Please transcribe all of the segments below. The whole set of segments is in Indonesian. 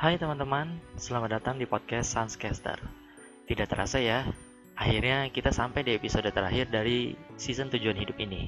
Hai teman-teman, selamat datang di podcast Sunscaster. Tidak terasa ya, akhirnya kita sampai di episode terakhir dari season tujuan hidup ini.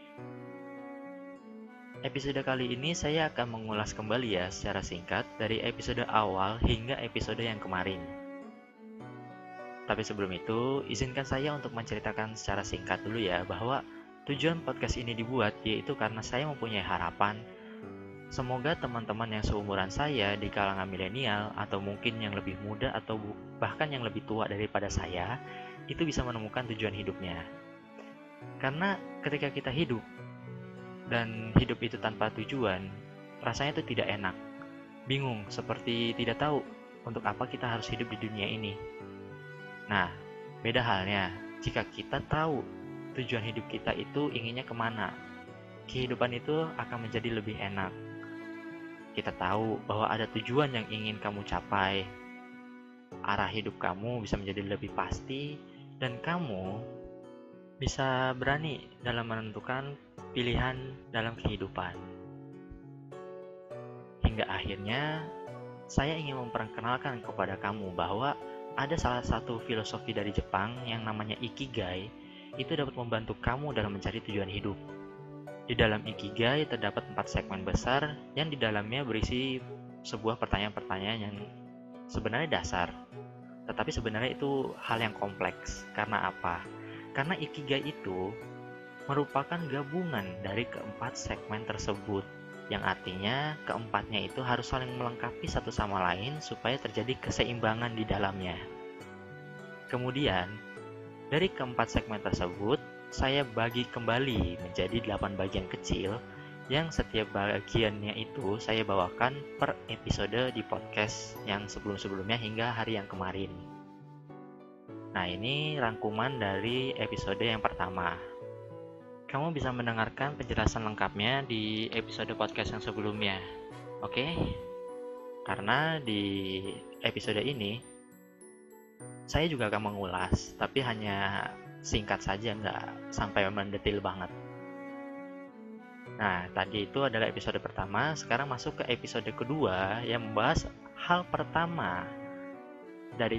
Episode kali ini saya akan mengulas kembali ya secara singkat dari episode awal hingga episode yang kemarin. Tapi sebelum itu, izinkan saya untuk menceritakan secara singkat dulu ya bahwa tujuan podcast ini dibuat yaitu karena saya mempunyai harapan semoga teman-teman yang seumuran saya di kalangan milenial atau mungkin yang lebih muda atau bahkan yang lebih tua daripada saya itu bisa menemukan tujuan hidupnya. Karena ketika kita hidup dan hidup itu tanpa tujuan, rasanya itu tidak enak. Bingung, seperti tidak tahu untuk apa kita harus hidup di dunia ini. Nah, beda halnya jika kita tahu tujuan hidup kita itu inginnya kemana. Kehidupan itu akan menjadi lebih enak. Kita tahu bahwa ada tujuan yang ingin kamu capai, arah hidup kamu bisa menjadi lebih pasti, dan kamu bisa berani dalam menentukan pilihan dalam kehidupan. Hingga akhirnya, saya ingin memperkenalkan kepada kamu bahwa ada salah satu filosofi dari Jepang yang namanya Ikigai, itu dapat membantu kamu dalam mencari tujuan hidup. Di dalam Ikigai terdapat 4 segmen besar yang di dalamnya berisi sebuah pertanyaan-pertanyaan yang sebenarnya dasar. Tetapi sebenarnya itu hal yang kompleks. Karena apa? Karena Ikigai itu merupakan gabungan dari keempat segmen tersebut. Yang artinya keempatnya itu harus saling melengkapi satu sama lain supaya terjadi keseimbangan di dalamnya. Kemudian, dari keempat segmen tersebut, saya bagi kembali menjadi 8 bagian kecil yang setiap bagiannya itu saya bawakan per episode di podcast yang sebelum-sebelumnya hingga hari yang kemarin. Nah, ini rangkuman dari episode yang pertama. Kamu bisa mendengarkan penjelasan lengkapnya di episode podcast yang sebelumnya. Oke? Karena di episode ini saya juga akan mengulas, tapi hanya singkat saja, nggak sampai mendetil banget. Nah, tadi itu adalah episode pertama, sekarang masuk ke episode kedua yang membahas hal pertama dari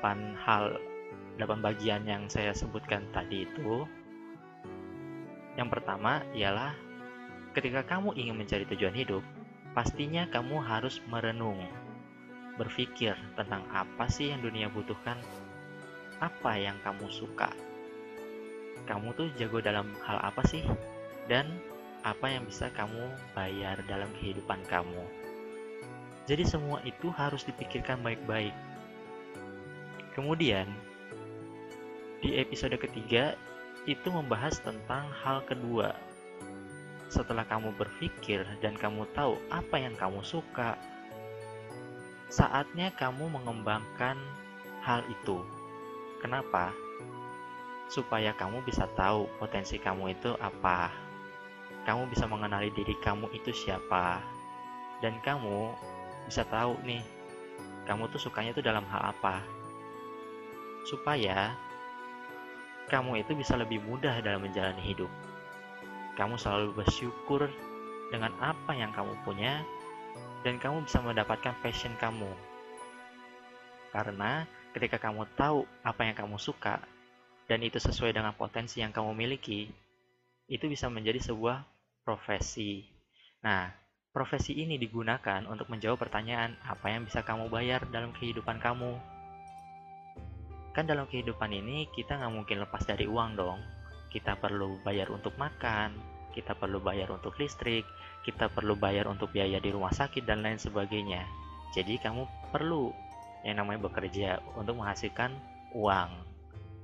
8 bagian yang saya sebutkan tadi itu. Yang pertama ialah ketika kamu ingin mencari tujuan hidup, pastinya kamu harus merenung, berpikir tentang apa sih yang dunia butuhkan, apa yang kamu suka, kamu tuh jago dalam hal apa sih, dan apa yang bisa kamu bayar dalam kehidupan kamu. Jadi semua itu harus dipikirkan baik-baik. Kemudian, di episode ketiga, itu membahas tentang hal kedua. Setelah kamu berpikir dan kamu tahu apa yang kamu suka, saatnya kamu mengembangkan hal itu. Kenapa? Supaya kamu bisa tahu potensi kamu itu apa. Kamu bisa mengenali diri kamu itu siapa. Dan kamu bisa tahu nih, kamu tuh sukanya tuh dalam hal apa. Supaya kamu itu bisa lebih mudah dalam menjalani hidup. Kamu selalu bersyukur dengan apa yang kamu punya, dan kamu bisa mendapatkan passion kamu. Karena ketika kamu tahu apa yang kamu suka, dan itu sesuai dengan potensi yang kamu miliki, itu bisa menjadi sebuah profesi. Nah, profesi ini digunakan untuk menjawab pertanyaan apa yang bisa kamu bayar dalam kehidupan kamu. Kan dalam kehidupan ini kita nggak mungkin lepas dari uang dong. Kita perlu bayar untuk makan, kita perlu bayar untuk listrik, kita perlu bayar untuk biaya di rumah sakit dan lain sebagainya. Jadi kamu perlu yang namanya bekerja untuk menghasilkan uang.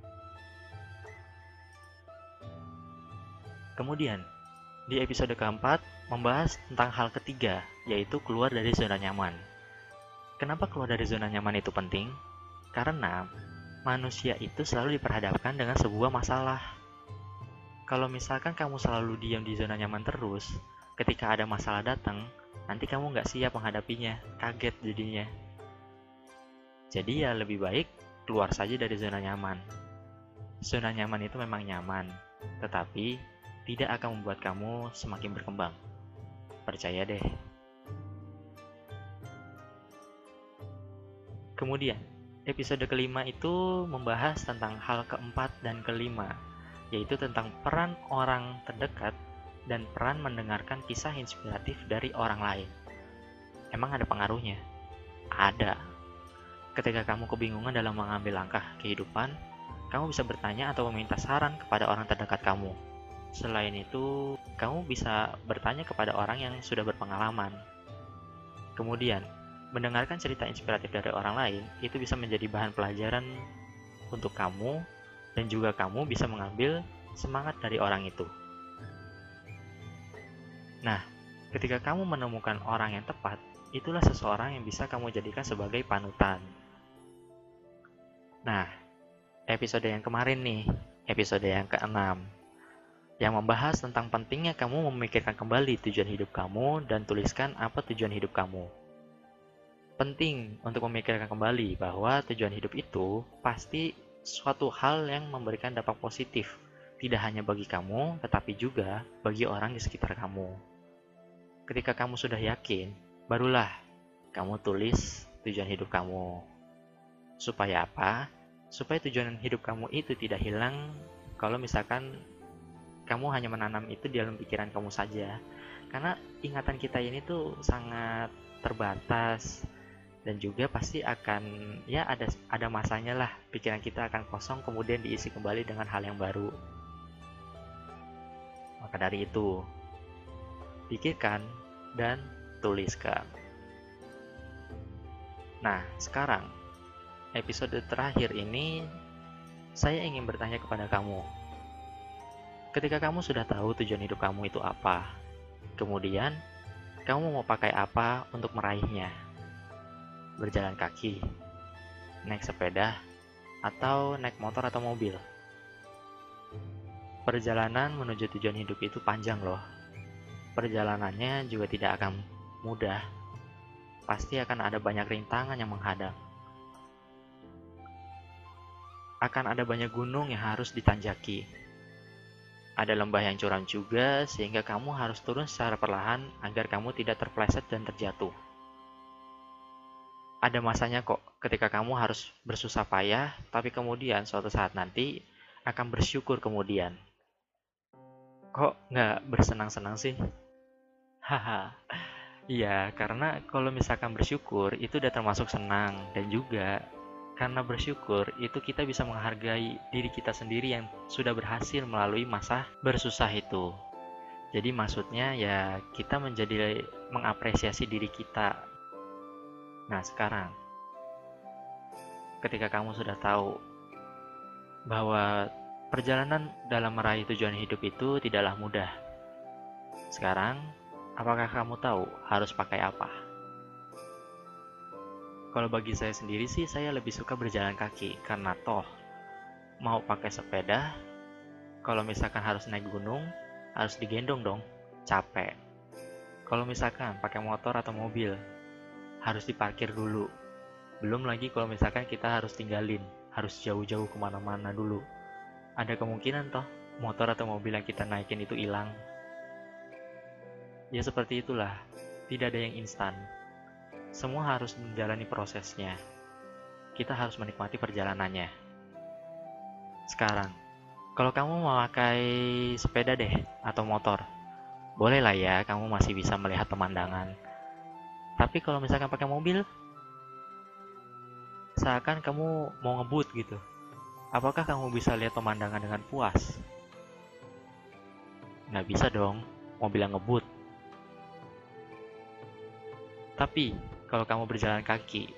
Kemudian, di episode keempat membahas tentang hal ketiga, yaitu keluar dari zona nyaman. Kenapa keluar dari zona nyaman itu penting? Karena manusia itu selalu diperhadapkan dengan sebuah masalah. Kalau misalkan kamu selalu diam di zona nyaman terus, ketika ada masalah datang, nanti kamu nggak siap menghadapinya, kaget jadinya. Jadi ya lebih baik keluar saja dari zona nyaman. Zona nyaman itu memang nyaman, tetapi tidak akan membuat kamu semakin berkembang. Percaya deh. Kemudian, episode kelima itu membahas tentang hal keempat dan kelima, yaitu tentang peran orang terdekat dan peran mendengarkan kisah inspiratif dari orang lain. Emang ada pengaruhnya? Ada. Ketika kamu kebingungan dalam mengambil langkah kehidupan, kamu bisa bertanya atau meminta saran kepada orang terdekat kamu. Selain itu, kamu bisa bertanya kepada orang yang sudah berpengalaman. Kemudian, mendengarkan cerita inspiratif dari orang lain itu bisa menjadi bahan pelajaran untuk kamu, dan juga kamu bisa mengambil semangat dari orang itu. Nah, ketika kamu menemukan orang yang tepat, itulah seseorang yang bisa kamu jadikan sebagai panutan. Nah, episode yang kemarin nih, episode yang ke-6, yang membahas tentang pentingnya kamu memikirkan kembali tujuan hidup kamu dan tuliskan apa tujuan hidup kamu. Penting untuk memikirkan kembali bahwa tujuan hidup itu pasti suatu hal yang memberikan dampak positif, tidak hanya bagi kamu, tetapi juga bagi orang di sekitar kamu. Ketika kamu sudah yakin, barulah kamu tulis tujuan hidup kamu. Supaya apa? Supaya tujuan hidup kamu itu tidak hilang kalau misalkan kamu hanya menanam itu di dalam pikiran kamu saja. Karena ingatan kita ini tuh sangat terbatas, dan juga pasti akan ada masanya lah pikiran kita akan kosong, kemudian diisi kembali dengan hal yang baru. Maka dari itu, pikirkan dan tuliskan. Nah, sekarang episode terakhir ini saya ingin bertanya kepada kamu. Ketika kamu sudah tahu tujuan hidup kamu itu apa, kemudian kamu mau pakai apa untuk meraihnya? Berjalan kaki, naik sepeda, atau naik motor atau mobil. Perjalanan menuju tujuan hidup itu panjang loh. Perjalanannya juga tidak akan mudah. Pasti akan ada banyak rintangan yang menghadang. Akan ada banyak gunung yang harus ditanjaki. Ada lembah yang curam juga, sehingga kamu harus turun secara perlahan agar kamu tidak terpleset dan terjatuh. Ada masanya kok ketika kamu harus bersusah payah, tapi kemudian suatu saat nanti akan bersyukur kemudian. Kok nggak bersenang-senang sih? Haha, iya, karena kalau misalkan bersyukur itu udah termasuk senang, dan juga karena bersyukur itu kita bisa menghargai diri kita sendiri yang sudah berhasil melalui masa bersusah itu. Jadi maksudnya ya kita menjadi mengapresiasi diri kita. Nah, sekarang ketika kamu sudah tahu bahwa perjalanan dalam meraih tujuan hidup itu tidaklah mudah. Sekarang, apakah kamu tahu harus pakai apa? Kalau bagi saya sendiri sih, saya lebih suka berjalan kaki, karena toh mau pakai sepeda, kalau misalkan harus naik gunung, harus digendong dong, capek. Kalau misalkan pakai motor atau mobil, harus diparkir dulu. Belum lagi kalau misalkan kita harus tinggalin, harus jauh-jauh kemana-mana dulu. Ada kemungkinan toh motor atau mobil yang kita naikin itu hilang. Ya seperti itulah, tidak ada yang instan. Semua harus menjalani prosesnya. Kita harus menikmati perjalanannya. Sekarang, kalau kamu memakai sepeda deh atau motor, boleh lah ya, kamu masih bisa melihat pemandangan. Tapi kalau misalkan pakai mobil, seakan kamu mau ngebut gitu. Apakah kamu bisa lihat pemandangan dengan puas? Nggak bisa dong, mobil yang ngebut. Tapi, kalau kamu berjalan kaki,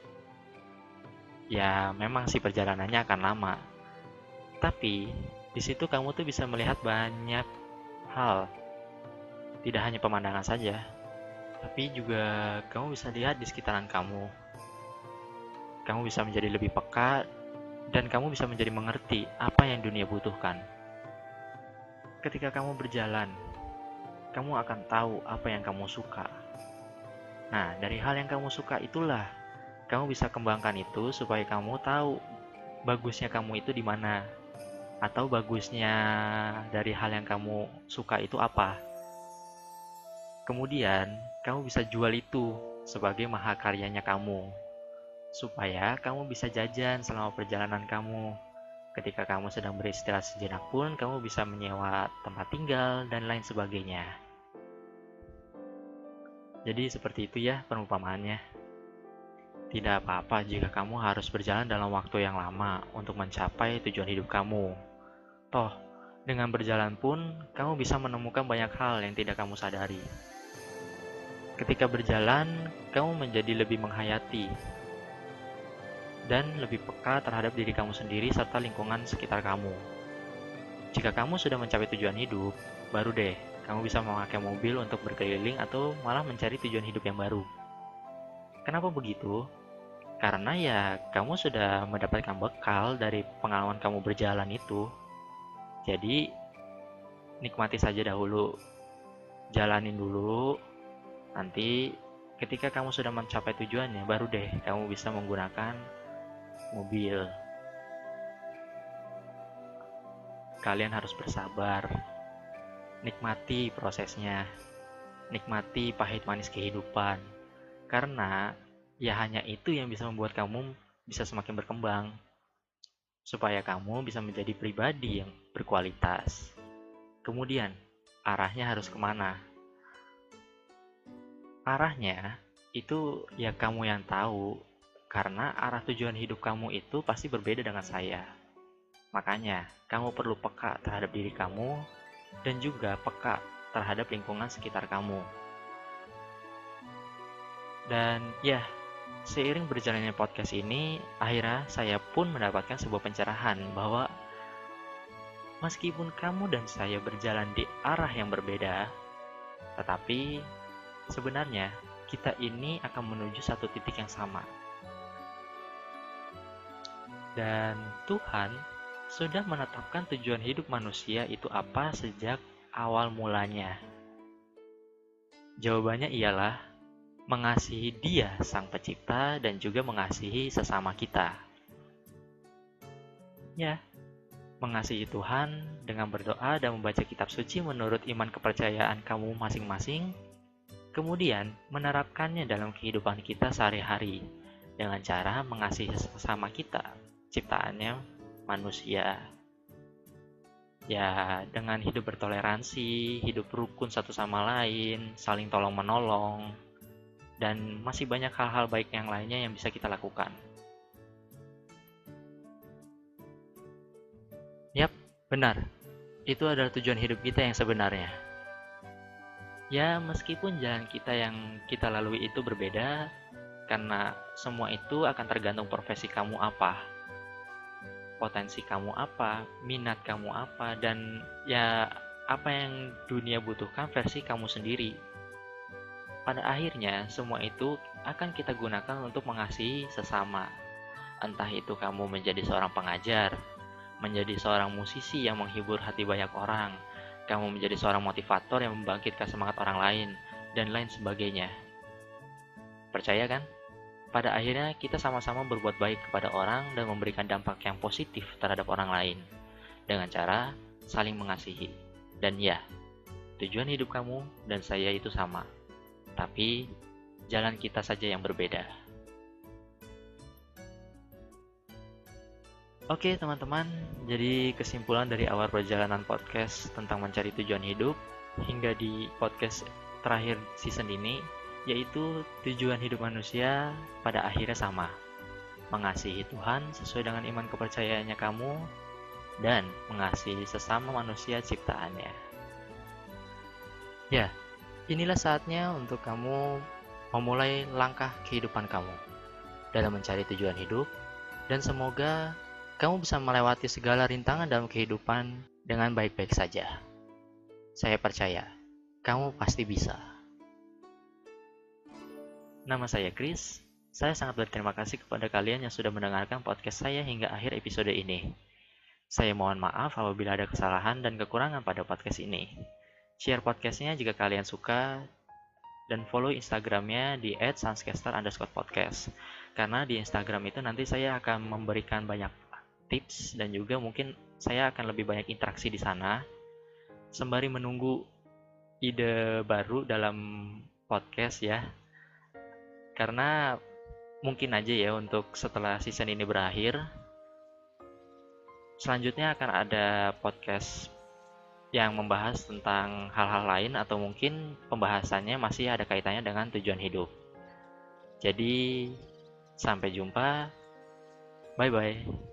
ya memang sih perjalanannya akan lama. Tapi, di situ kamu tuh bisa melihat banyak hal. Tidak hanya pemandangan saja, tapi juga kamu bisa lihat di sekitaran kamu. Kamu bisa menjadi lebih peka, dan kamu bisa menjadi mengerti apa yang dunia butuhkan. Ketika kamu berjalan, kamu akan tahu apa yang kamu suka. Nah, dari hal yang kamu suka itulah kamu bisa kembangkan itu supaya kamu tahu bagusnya kamu itu di mana, atau bagusnya dari hal yang kamu suka itu apa. Kemudian, kamu bisa jual itu sebagai mahakaryanya kamu. supaya kamu bisa jajan selama perjalanan kamu. Ketika kamu sedang beristirahat sejenak pun, kamu bisa menyewa tempat tinggal dan lain sebagainya. Jadi seperti itu ya perumpamaannya. Tidak apa-apa jika kamu harus berjalan dalam waktu yang lama untuk mencapai tujuan hidup kamu. Toh, dengan berjalan pun, kamu bisa menemukan banyak hal yang tidak kamu sadari. Ketika berjalan, kamu menjadi lebih menghayati dan lebih peka terhadap diri kamu sendiri serta lingkungan sekitar kamu. Jika kamu sudah mencapai tujuan hidup, baru deh kamu bisa memakai mobil untuk berkeliling atau malah mencari tujuan hidup yang baru. Kenapa begitu? Karena ya kamu sudah mendapatkan bekal dari pengalaman kamu berjalan itu. Jadi nikmati saja dahulu, jalanin dulu. Nanti ketika kamu sudah mencapai tujuannya, baru deh kamu bisa menggunakan mobil. Kalian harus bersabar, nikmati prosesnya, nikmati pahit manis kehidupan. Karena ya hanya itu yang bisa membuat kamu bisa semakin berkembang, supaya kamu bisa menjadi pribadi yang berkualitas. Kemudian, arahnya harus kemana? Arahnya itu ya kamu yang tahu, karena arah tujuan hidup kamu itu pasti berbeda dengan saya. Makanya, kamu perlu peka terhadap diri kamu dan juga peka terhadap lingkungan sekitar kamu. Dan ya, seiring berjalannya podcast ini, akhirnya saya pun mendapatkan sebuah pencerahan bahwa meskipun kamu dan saya berjalan di arah yang berbeda, tetapi sebenarnya kita ini akan menuju satu titik yang sama. Dan Tuhan sudah menetapkan tujuan hidup manusia itu apa sejak awal mulanya. Jawabannya ialah mengasihi Dia Sang Pencipta dan juga mengasihi sesama kita. Ya, mengasihi Tuhan dengan berdoa dan membaca kitab suci menurut iman kepercayaan kamu masing-masing, kemudian menerapkannya dalam kehidupan kita sehari-hari dengan cara mengasihi sesama kita, ciptaannya manusia. Ya, dengan hidup bertoleransi, hidup rukun satu sama lain, saling tolong-menolong, dan masih banyak hal-hal baik yang lainnya yang bisa kita lakukan. Yap, benar. Itu adalah tujuan hidup kita yang sebenarnya. Ya, meskipun jalan kita yang kita lalui itu berbeda, karena semua itu akan tergantung profesi kamu apa, potensi kamu apa, minat kamu apa, dan ya apa yang dunia butuhkan versi kamu sendiri. Pada akhirnya, semua itu akan kita gunakan untuk mengasihi sesama. Entah itu kamu menjadi seorang pengajar, menjadi seorang musisi yang menghibur hati banyak orang, kamu menjadi seorang motivator yang membangkitkan semangat orang lain, dan lain sebagainya. Percaya kan? Pada akhirnya kita sama-sama berbuat baik kepada orang dan memberikan dampak yang positif terhadap orang lain dengan cara saling mengasihi. Dan ya, tujuan hidup kamu dan saya itu sama, tapi jalan kita saja yang berbeda. Oke teman-teman, jadi kesimpulan dari awal perjalanan podcast tentang mencari tujuan hidup hingga di podcast terakhir season ini, yaitu tujuan hidup manusia pada akhirnya sama, mengasihi Tuhan sesuai dengan iman kepercayaannya kamu dan mengasihi sesama manusia ciptaannya. Ya, inilah saatnya untuk kamu memulai langkah kehidupan kamu dalam mencari tujuan hidup, dan semoga kamu bisa melewati segala rintangan dalam kehidupan dengan baik-baik saja. Saya percaya, kamu pasti bisa. Nama saya Chris. Saya sangat berterima kasih kepada kalian yang sudah mendengarkan podcast saya hingga akhir episode ini. Saya mohon maaf apabila ada kesalahan dan kekurangan pada podcast ini. Share podcastnya jika kalian suka, dan follow Instagramnya di @sanscaster_podcast. Karena di Instagram itu nanti saya akan memberikan banyak tips dan juga mungkin saya akan lebih banyak interaksi di sana sembari menunggu ide baru dalam podcast ya. Karena mungkin aja ya untuk setelah season ini berakhir, selanjutnya akan ada podcast yang membahas tentang hal-hal lain atau mungkin pembahasannya masih ada kaitannya dengan tujuan hidup. Jadi, sampai jumpa. Bye bye.